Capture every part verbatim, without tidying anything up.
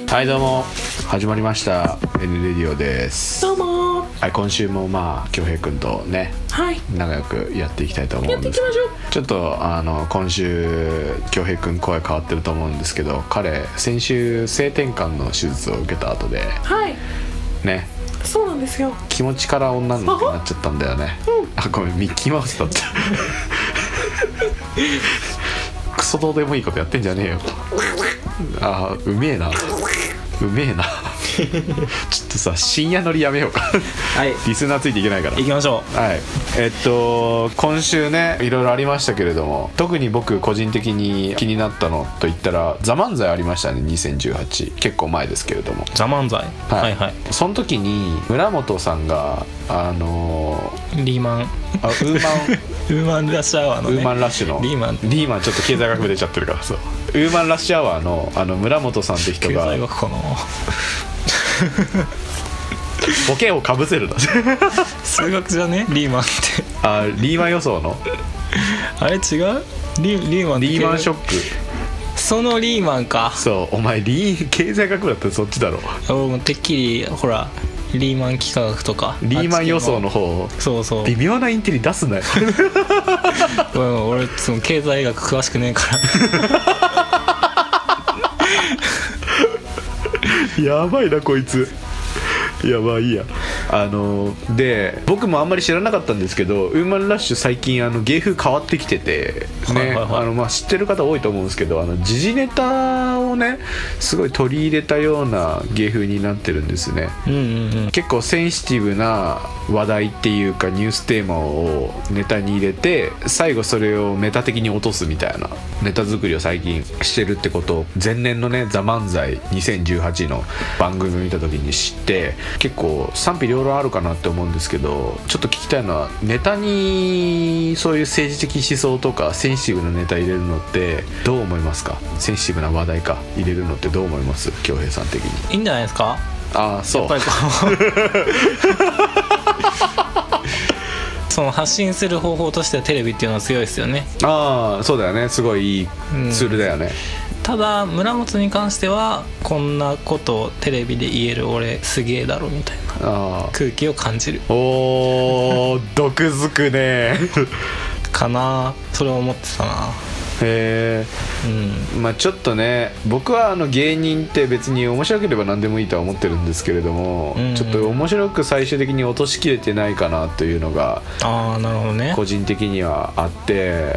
はい、どうも始まりました N レディオです。 どうも。 はい、今週もまあ恭平くんとね、 はい、 仲良くやっていきたいと思うんです。 やっていきましょう。 ちょっとあの今週恭平くん声変わってると思うんですけど、彼先週性転換の手術を受けた後で、 はいね、 そうなんですよ。 気持ちから女の子になっちゃったんだよね。うん、あ、ごめん、ミッキーマウスだったクソどうでもいいことやってんじゃねえよ。あー、うめえなうめえなちょっとさ、深夜乗りやめようかはい、 リスナーついていけないから行きましょう。はい、えっと今週ね、いろいろありましたけれども、特に僕個人的に気になったのといったらザ漫才ありましたね。にせんじゅうはち、結構前ですけれども、 ザ漫才、 はい、 はいはい。 その時に村本さんがあのー、リーマンあウーマンウーマンラッシュアワーの、ね、 ウーマンラッシュのリーマンリーマンちょっと経済学部出ちゃってるからそうウーマンラッシュアワーのあの村本さんって人が経済学かなボケをかぶせるだ数学じゃねリーマンってあ、リーマン予想のあれ違う リ, リーマンってリーマンショック、 そのリーマンか。 そう、お前リー経済学部だったらそっちだろ。 もうてっきりほらリーマン幾何学とかリーマン予想の方、 そうそう、 微妙なインテリ出すなよ俺その経済学詳しくねえからやばいなこいつ。いや、まあいいや。あので僕もあんまり知らなかったんですけど、ウーマンラッシュ最近あの芸風変わってきててね、はいはいはい、あのまあ知ってる方多いと思うんですけど、あの時事ネタをねすごい取り入れたような芸風になってるんですね、うんうんうん、結構センシティブな話題っていうかニューステーマをネタに入れて、最後それをメタ的に落とすみたいなネタ作りを最近してるってことを前年のねザ漫才にせんじゅうはちの番組を見た時に知って、結構賛否両論あるかなって思うんですけど、ちょっと聞きたいのは、ネタにそういう政治的思想とかセンシティブなネタ入れるのってどう思いますか？センシティブな話題か入れるのってどう思います？恭平さん的に。 いいんじゃないですか。 ああ、そう、やっぱりこうその発信する方法としてはテレビっていうのは強いですよね。 ああ、そうだよね。すごいいいツールだよね、うん。 ただ村本に関してはこんなことをテレビで言える俺すげえだろみたいな空気を感じる。 おー毒づくねかな、それを思ってたな。 へえ、うん、まあちょっとね、僕はあの芸人って別に面白ければ何でもいいとは思ってるんですけれども、うんうん、ちょっと面白く最終的に落としきれてないかなというのが、 あー、なるほどね、 個人的にはあって、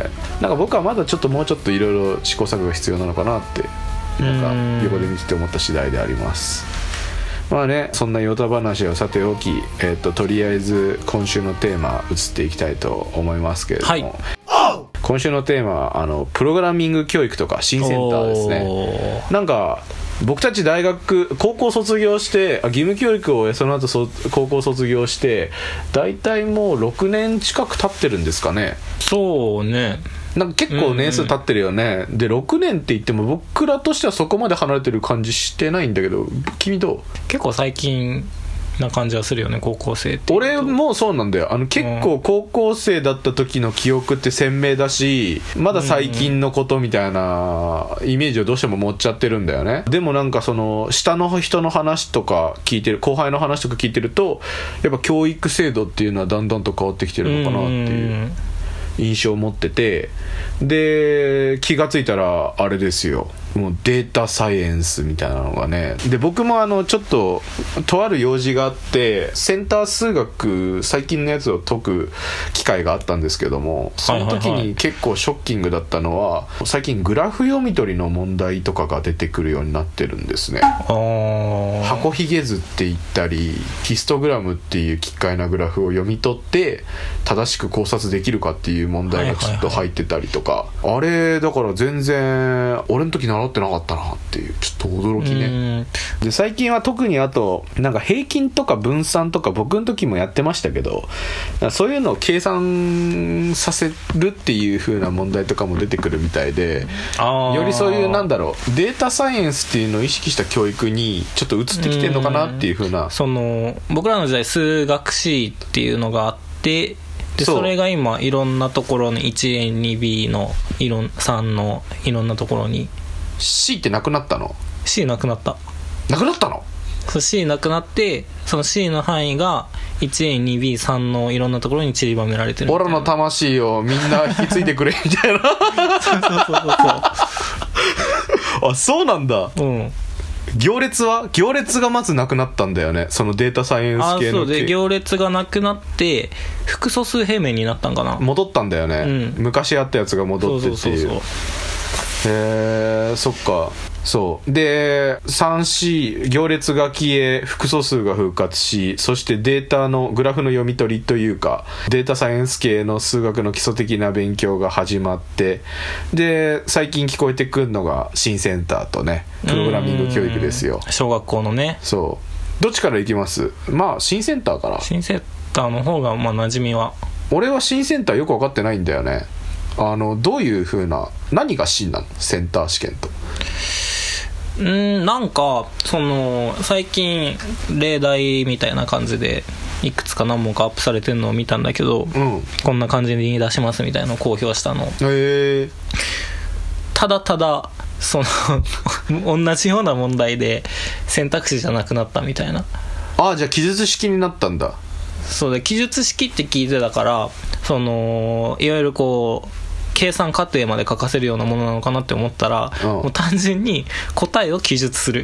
なんか僕はまだちょっともうちょっといろいろ試行錯誤が必要なのかなってなんか横で見てて思った次第であります。まあね、そんなヨタ話をさておき、えー、ととりあえず今週のテーマ移っていきたいと思いますけれども、はい、今週のテーマはあのプログラミング教育とか新センターですね。なんか僕たち大学高校卒業してあ義務教育をその後そ高校卒業してだいたいもうろくねん近く経ってるんですかね。 そうね、 なんか結構年数経ってるよね、うんうん、でろくねんって言っても僕らとしてはそこまで離れてる感じしてないんだけど、君どう？ 結構最近な感じはするよね、高校生って。 俺もそうなんだよ。あの結構高校生だった時の記憶って鮮明だし、まだ最近のことみたいなイメージをどうしても持っちゃってるんだよね。でもなんかその下の人の話とか聞いてる、後輩の話とか聞いてると、やっぱ教育制度っていうのはだんだんと変わってきてるのかなっていう印象を持ってて、で気がついたらあれですよ、もうデータサイエンスみたいなのがね。で僕もあのちょっととある用事があってセンター数学最近のやつを解く機会があったんですけども、その時に結構ショッキングだったのは、最近グラフ読み取りの問題とかが出てくるようになってるんですね。箱ひげ図って言ったりヒストグラムっていう奇怪なグラフを読み取って正しく考察できるかっていう問題がちょっと入ってたりとか、あれだから全然俺の時習ってなかったなっていう、ちょっと驚きね。で最近は特にあとなんか平均とか分散とか僕の時もやってましたけど、そういうのを計算させるっていう風な問題とかも出てくるみたいで、よりそういうなんだろうデータサイエンスっていうのを意識した教育にちょっと移ってきてるのかなっていう風な。 その僕らの時代数学 C っていうのがあって、で そ, それが今いろんなところに いちエーにビー のいろんさんのいろんなところに C ってなくなったの？ C なくなった。 なくなったの？ そう C なくなって、その C の範囲が いちエー、にビー、さんのいろんなところに散りばめられてるみたいな。 オラの魂をみんな引き継いでくれみたいなそうそうそうそうあ、そうなんだ。 うん。 行列は行列がまずなくなったんだよね、そのデータサイエンス系の。 あ、そうで、行列がなくなって複素数平面になったんかな。 戻ったんだよね、 うん、 昔あったやつが戻ってっていう。そうそうそうそう。へえ、そっか。そうで スリーシー 行列が消え複素数が復活し、そしてデータのグラフの読み取りというかデータサイエンス系の数学の基礎的な勉強が始まって、で最近聞こえてくるのが新センターとねプログラミング教育ですよ。 小学校のね。 そうどっちから行きます？まあ新センターから。 新センターの方がまあ馴染みは。 俺は新センターよく分かってないんだよね。あのどういう風な何が新なのセンター試験と。 うーんなんかその最近例題みたいな感じでいくつか何問かアップされてるのを見たんだけど、うん、こんな感じに出しますみたいなのを公表したの。 へー。 ただただその同じような問題で選択肢じゃなくなったみたいな。 ああ、じゃあ記述式になったんだ。 そうで、記述式って聞いてたからそのいわゆるこう計算過程まで書かせるようなものなのかなって思ったら、うん、もう単純に答えを記述する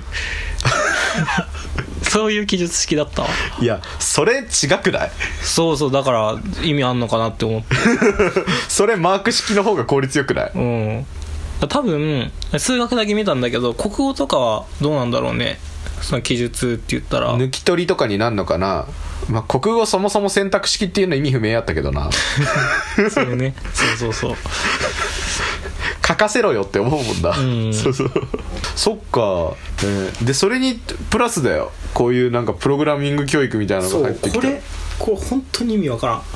そういう記述式だった。 いやそれ違くない？ そうそう、だから意味あんのかなって思ってそれマーク式の方が効率よくない？ うん、多分数学だけ見たんだけど国語とかはどうなんだろうね。その記述って言ったら抜き取りとかになるのかな。まあ、国語そもそも選択式っていうのは意味不明やったけどなそれね、そうそうそう書かせろよって思うもんだ、うん、そうそうそっか、えー、でそれにプラスだよ、こういうなんかプログラミング教育みたいなのが入ってきた。 これこれ本当に意味わからん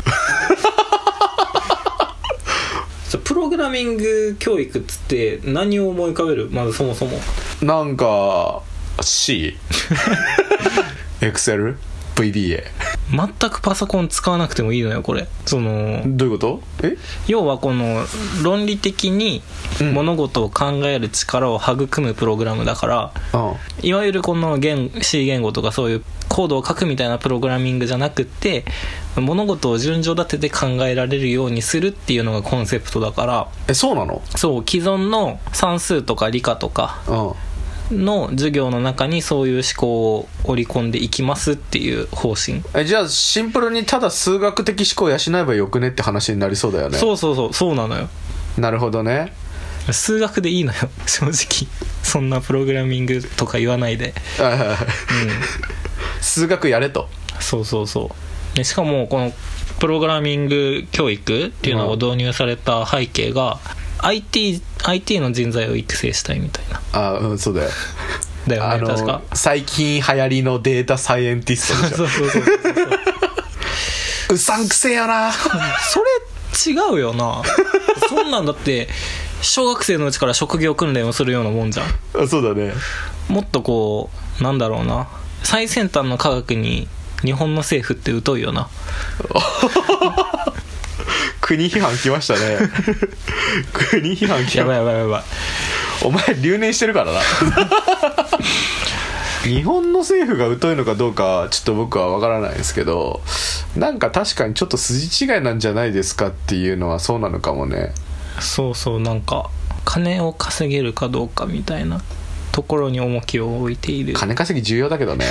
プログラミング教育っつって何を思い浮かべる？まずそもそもなんか C Excelブイビーエー全くパソコン使わなくてもいいのよこれ。そのどういうこと？え？要はこの論理的に物事を考える力を育むプログラムだから、うん、いわゆるこの言 C 言語とかそういうコードを書くみたいなプログラミングじゃなくって物事を順序立てて考えられるようにするっていうのがコンセプトだから。 え、そうなの？ そう、既存の算数とか理科とか、うんの授業の中にそういう思考を織り込んでいきますっていう方針。 え、じゃあシンプルにただ数学的思考を養えばよくねって話になりそうだよね。 そうそうそう、そうなのよ。 なるほどね。 数学でいいのよ正直。そんなプログラミングとか言わないで、うん、 数学やれと。 そうそうそうで、しかもこのプログラミング教育っていうのが導入された背景が、うん、アイティー アイティー の人材を育成したいみたいな。 あ、うん、そうだよだよね、 あの確か最近流行りのデータサイエンティストでしょ。そうそうそうそうそううさんくせえよなそれ違うよなそんなんだって小学生のうちから職業訓練をするようなもんじゃん。 あ、そうだね。 もっとこうなんだろうな、最先端の科学に日本の政府って疎いよな国批判来ましたね国批判来ました。 やばいやばいやばい、 お前留年してるからな日本の政府が疎いのかどうかちょっと僕は分からないですけど、なんか確かにちょっと筋違いなんじゃないですかっていうのはそうなのかもね。 そうそう、なんか金を稼げるかどうかみたいなところに重きを置いている。 金稼ぎ重要だけどね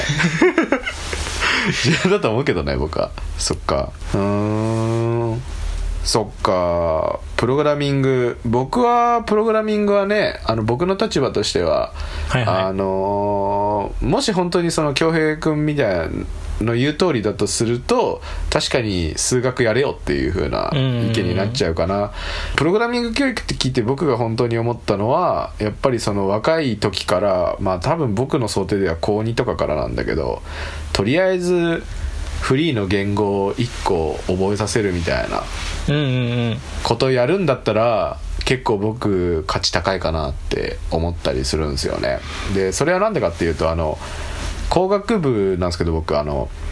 重要だと思うけどね僕は。そっか、うーん、そっか。プログラミング、僕はプログラミングはね、あの僕の立場としては、はいはい、あのもし本当にその恭平君みたいなの言う通りだとすると、確かに数学やれよっていう風な意見になっちゃうかな。プログラミング教育って聞いて僕が本当に思ったのは、やっぱりその若い時から、まあ多分僕の想定では高にとかからなんだけど、とりあえずフリーの言語をいっこ覚えさせるみたいなことをやるんだったら、結構僕価値高いかなって思ったりするんですよね。でそれはなんでかっていうと、あの工学部なんですけど僕、あの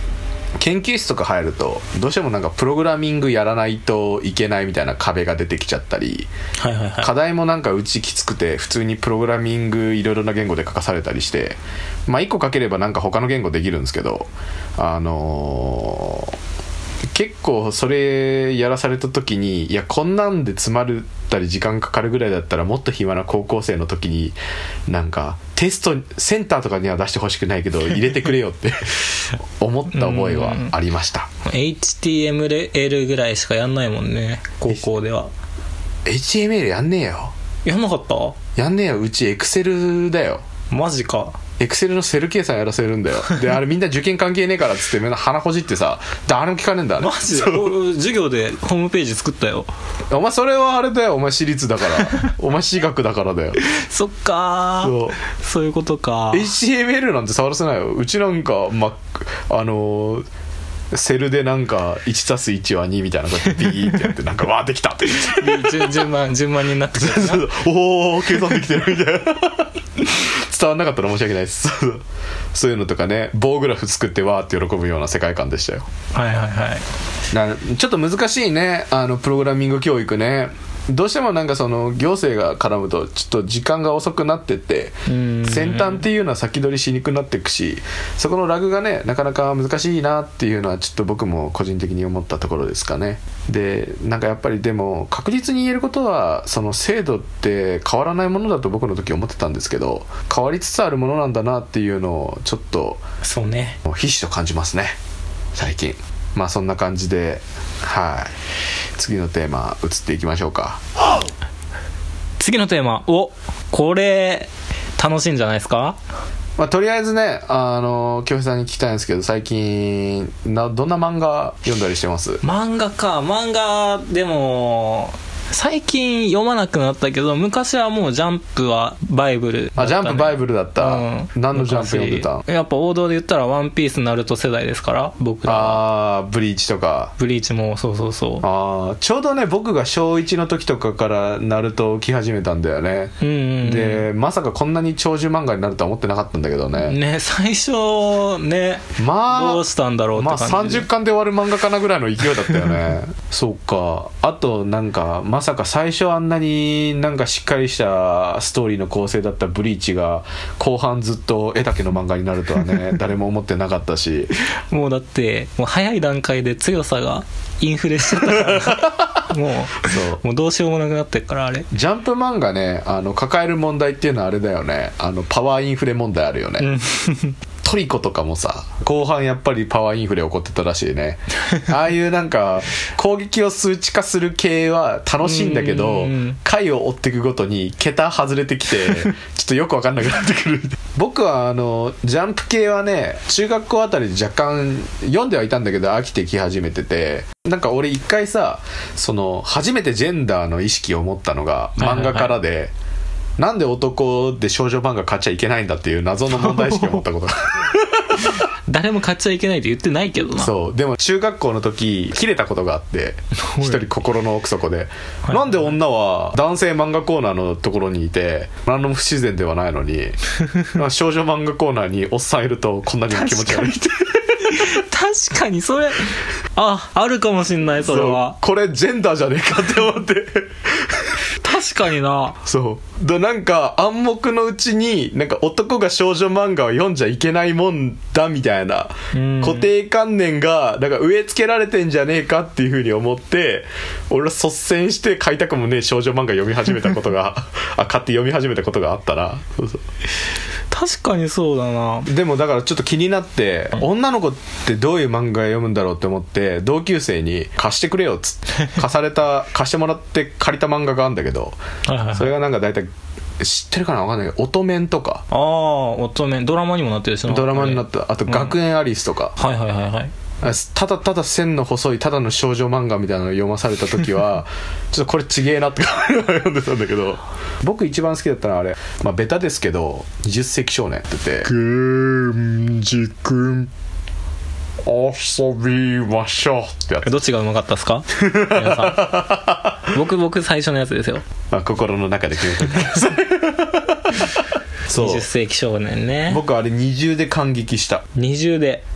研究室とか入るとどうしてもなんかプログラミングやらないといけないみたいな壁が出てきちゃったり、 はいはいはい、 課題もなんかうちきつくて普通にプログラミングいろいろな言語で書かされたりして、まあいっこ書ければなんか他の言語できるんですけど、あのー結構それやらされた時に、いやこんなんで詰まったり時間かかるぐらいだったらもっと暇な高校生の時になんかテストセンターとかには出してほしくないけど入れてくれよって思った覚えはありました。 エイチティーエムエル ぐらいしかやんないもんね、高校では。 エイチティーエムエル やんねえよ。 やんなかった？ やんねえよ、うちエクセルだよ。 マジか。 エクセルのセル計算やらせるんだよ。であれみんな受験関係ねえからっつってみんな鼻ほじってさ、誰も聞かねえんだね。 マジで授業でホームページ作ったよ。 お前それはあれだよ、お前私立だからお前私学だからだよ。 そっかー、そうそういうことか。 エイチティーエムエル なんて触らせないよ。うちなんか、ま、あのーセルでなんか いちたすいち はにみたいなこうやってビーってやってなんかわーできたって言って順番順番になってきたな。 おお計算できてるみたいな伝わんなかったら申し訳ないです。そういうのとかね、棒グラフ作ってわーって喜ぶような世界観でしたよ。 はいはいはい。 だちょっと難しいね、あのプログラミング教育ね。どうしてもなんかその行政が絡むとちょっと時間が遅くなってって先端っていうのは先取りしにくくなっていくし、そこのラグがねなかなか難しいなっていうのはちょっと僕も個人的に思ったところですかね。でなんかやっぱりでも確実に言えることは、その制度って変わらないものだと僕の時思ってたんですけど、変わりつつあるものなんだなっていうのをちょっとそうね、 ひしひしと感じますね最近。まあそんな感じで、はい、次のテーマ移っていきましょうか。 次のテーマ、おこれ楽しいんじゃないですか。 まあ、とりあえずね、あの京平さんに聞きたいんですけど、最近などんな漫画読んだりしてます？ 漫画か、漫画でも最近読まなくなったけど、昔はもうジャンプはバイブルだった、ね、 あ、ジャンプバイブルだった、うん、何のジャンプ読んでた？ やっぱ王道で言ったらワンピースナルト世代ですから僕らは。 あーブリーチとか。 ブリーチもそうそうそう。 あちょうどね僕がしょういちの時とかからナルトを来始めたんだよね、うんうんうん、でまさかこんなに長寿漫画になるとは思ってなかったんだけどね。 ね最初ね、まあどうしたんだろうって感じで、 まあさんじゅっかんで終わる漫画かなぐらいの勢いだったよねそうか。あとなんかまさか最初あんなになんかしっかりしたストーリーの構成だったブリーチが後半ずっと絵だけの漫画になるとはね誰も思ってなかったしもうだってもう早い段階で強さがインフレしちゃったからもうそうもうどうしようもなくなってるから。あれジャンプ漫画ね、あの抱える問題っていうのはあれだよね、あのパワーインフレ問題あるよね、うんトリコとかもさ後半やっぱりパワーインフレ起こってたらしいねああいうなんか攻撃を数値化する系は楽しいんだけど回を追っていくごとに桁外れてきてちょっとよく分かんなくなってくる僕はあのジャンプ系はね中学校あたりで若干読んではいたんだけど飽きてき始めてて、なんか俺一回さその初めてジェンダーの意識を持ったのが漫画からで、はいはいはい、なんで男で少女漫画買っちゃいけないんだっていう謎の問題意識を持ったことが誰も買っちゃいけないって言ってないけどな。 そうでも中学校の時切れたことがあって一人心の奥底でなんで女は男性漫画コーナーのところにいて何の不自然ではないのに少女漫画コーナーにおっさんいるとこんなに気持ち悪いって確かにそれああるかもしんない。それはこれジェンダーじゃねえかって思って確かにな。 そうでなんか暗黙のうちになんか男が少女漫画を読んじゃいけないもんだみたいな固定観念がなんか植え付けられてんじゃねえかっていう風に思って、俺は率先して買いたくもね少女漫画読み始めたことがあ買って読み始めたことがあったな。そうそう確かにそうだな。 でもだからちょっと気になって女の子ってどういう漫画読むんだろうって思って同級生に貸してくれよっつって貸された貸してもらって借りた漫画があるんだけどはいはい、はい、それがなんか大体知ってるかな分かんないけど乙女とかああ乙女ドラマにもなってるしな。 ドラマになった。あと学園アリスとか、 うん、はいはいはいはいただただ線の細いただの少女漫画みたいなのを読まされた時はちょっとこれちげえなって読んでたんだけど僕一番好きだったのはあれ、まあ、ベタですけどはたち少年っててくんじくん遊びましょうってやつ。 どっちがうまかったですか皆さん僕僕最初のやつですよ、 まあ、心の中で決めてくださいそうはたち世紀少年ね。 僕あれにじゅうで感激した。 にじゅうで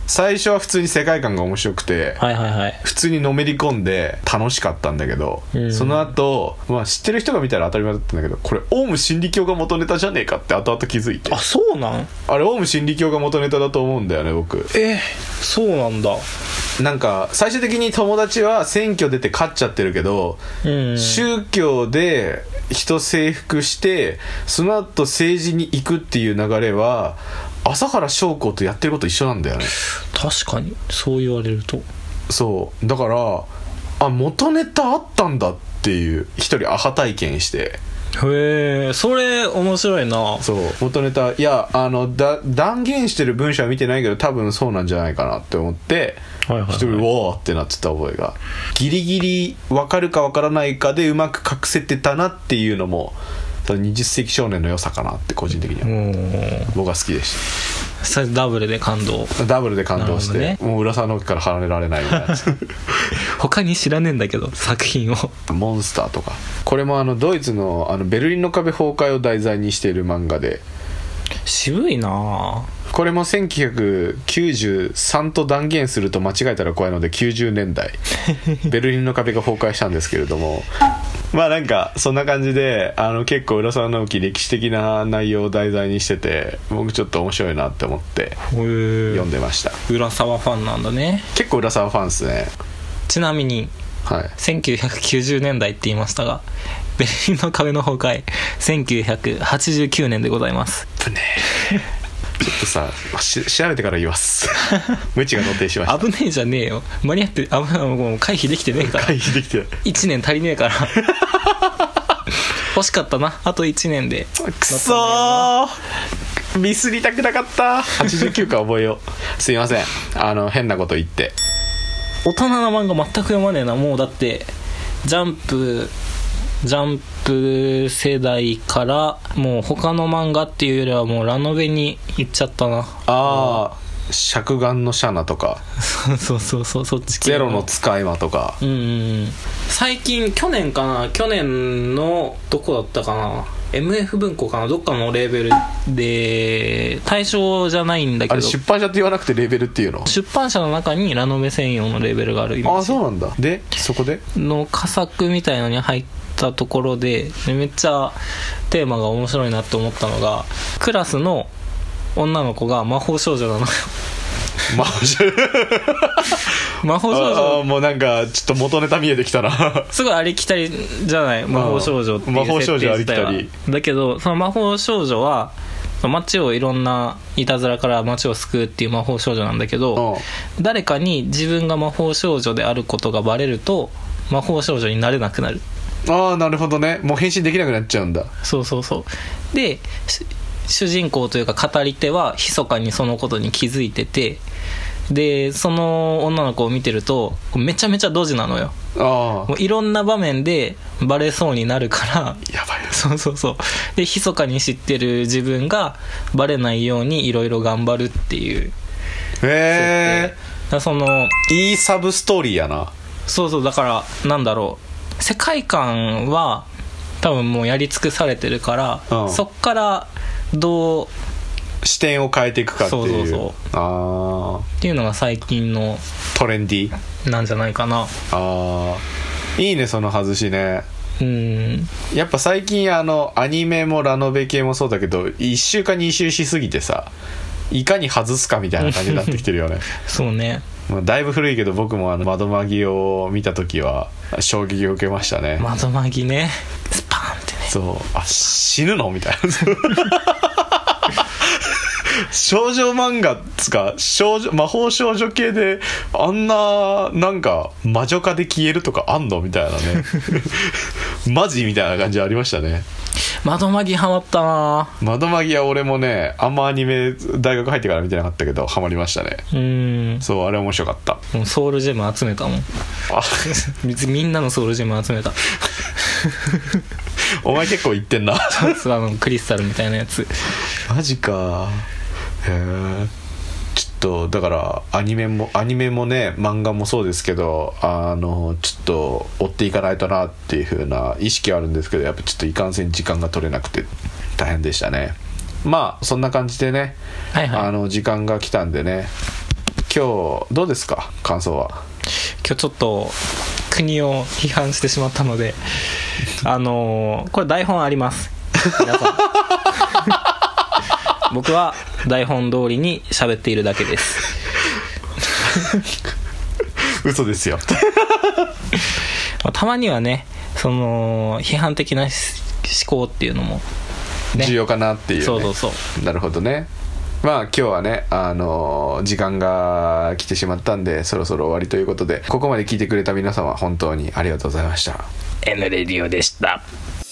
最初は普通に世界観が面白くて、 はいはいはい、 普通にのめり込んで楽しかったんだけど、うん、その後、まあ知ってる人が見たら当たり前だったんだけど、これオウム真理教が元ネタじゃねえかって後々気づいて。 あ、そうなん？ あれオウム真理教が元ネタだと思うんだよね僕。 えー、そうなんだ。 なんか最終的に友達は選挙出て勝っちゃってるけど、うん、宗教で人征服してその後政治に行くっていう流れは朝原将校とやってること一緒なんだよね。 確かにそう言われると。 そうだから、あ、元ネタあったんだっていう一人アハ体験して、 へえ、それ面白いな。 そう、元ネタ、いや、あのだ断言してる文章は見てないけど多分そうなんじゃないかなって思って、はいはいはい、一人おーってなってた覚えが、ギリギリ分かるか分からないかでうまく隠せてたなっていうのもはたつ少年の良さかなって個人的には僕は好きでした。 それダブルで感動。 ダブルで感動して、ね、もう浦沢直樹から離れられないみたいな他に知らねえんだけど作品を。モンスターとか、これもあのドイツ の, あのベルリンの壁崩壊を題材にしている漫画で、 渋いな。 これもせんきゅうひゃくきゅうじゅうさんと断言すると間違えたら怖いのできゅうじゅうねんだいベルリンの壁が崩壊したんですけれどもまあなんかそんな感じで、あの結構浦沢直樹歴史的な内容を題材にしてて、僕ちょっと面白いなって思って読んでました。 浦沢ファンなんだね。 結構浦沢ファンですね。 ちなみに、はい、せんきゅうひゃくきゅうじゅうねんだいって言いましたが、ベルリンの壁の崩壊せんきゅうひゃくはちじゅうきゅうねんでございます。 ぶねちょっとさし調べてから言います無知が露呈しました。 危ねえじゃねえよ、間に合って危もう回避できてねえから回避できてない、 いちねん足りねえから欲しかったな、あといちねんで。 くそー、ミスりたくなかった。はちじゅうきゅうか覚えようすいません、あの変なこと言って。 大人な漫画全く読まねえな。もうだってジャンプジャンプ世代からもう他の漫画っていうよりはもうラノベに行っちゃったな。 ああ、尺眼のシャナとかそうそうそう、そっち系ゼロの使い魔とか。 うんうん。最近去年かな、去年のどこだったかな、 エムエフ 文庫かな、どっかのレーベルで対象じゃないんだけど、 あれ出版社って言わなくてレーベルっていうの？ 出版社の中にラノベ専用のレーベルがあるイメージ。 あ、そうなんだ。でそこでの佳作みたいのに入ったところで、めっちゃテーマが面白いなって思ったのが、クラスの女の子が魔法少女なのよ魔法少女魔法少女、 あ、もうなんかちょっと元ネタ見えてきたなすごいありきたりじゃない、魔法少女っていう設定自体は。だけどその魔法少女は街をいろんないたずらから街を救うっていう魔法少女なんだけど、誰かに自分が魔法少女であることがバレると魔法少女になれなくなる。 ああ、なるほどね。もう変身できなくなっちゃうんだ。 そうそうそう。で主人公というか語り手は密かにそのことに気づいてて、でその女の子を見てるとめちゃめちゃドジなのよ。あ、もういろんな場面でバレそうになるから、 やばい。 そうそうそう。で密かに知ってる自分がバレないようにいろいろ頑張るっていう。 へえ。 そのいいサブストーリーやな。 そうそう、だからなんだろう、世界観は多分もうやり尽くされてるから、うん、そっからどう視点を変えていくかっていう。そうそうそう。ああ。 っていうのが最近のトレンディなんじゃないかな。ああ。いいね、その外しね。 うん。 やっぱ最近あのアニメもラノベ系もそうだけど、いっ週かに週しすぎてさ、いかに外すかみたいな感じになってきてるよね。 そうね。 まあ、だいぶ古いけど僕もあの窓マギを見た時は衝撃を受けましたね。 窓マギね、スパーンってね。 そう、あ、死ぬのみたいな。少女漫画つか少女魔法少女系であんななんか魔女化で消えるとかあんのみたいなねマジみたいな感じありましたね。 窓マギハマったな。 窓マギは俺もね、あんまアニメ大学入ってから見てなかったけどハマりましたね。うん、そう、あれ面白かった。 もうソウルジェム集めたもん。あ別にみんなのソウルジェム集めた。 お前結構言ってんな。 そう、あのクリスタルみたいなやつ。 マジか。へえ。ちょっとだからアニメもアニメもね、漫画もそうですけど、あのちょっと追っていかないとなっていう風な意識はあるんですけど、やっぱちょっといかんせん時間が取れなくて大変でしたね。まあそんな感じでね、はいはい、あの時間が来たんでね、 今日どうですか、感想は。 今日ちょっと国を批判してしまったのであのー、これ台本あります皆さん僕は台本通りに喋っているだけです嘘ですよたまにはね、その批判的な思考っていうのも、ね、 重要かなっていう、ね、 そうそうそう。 なるほどね。まあ今日はね、あのー、時間が来てしまったんでそろそろ終わりということで、ここまで聞いてくれた皆様本当にありがとうございました。 N レディオでした。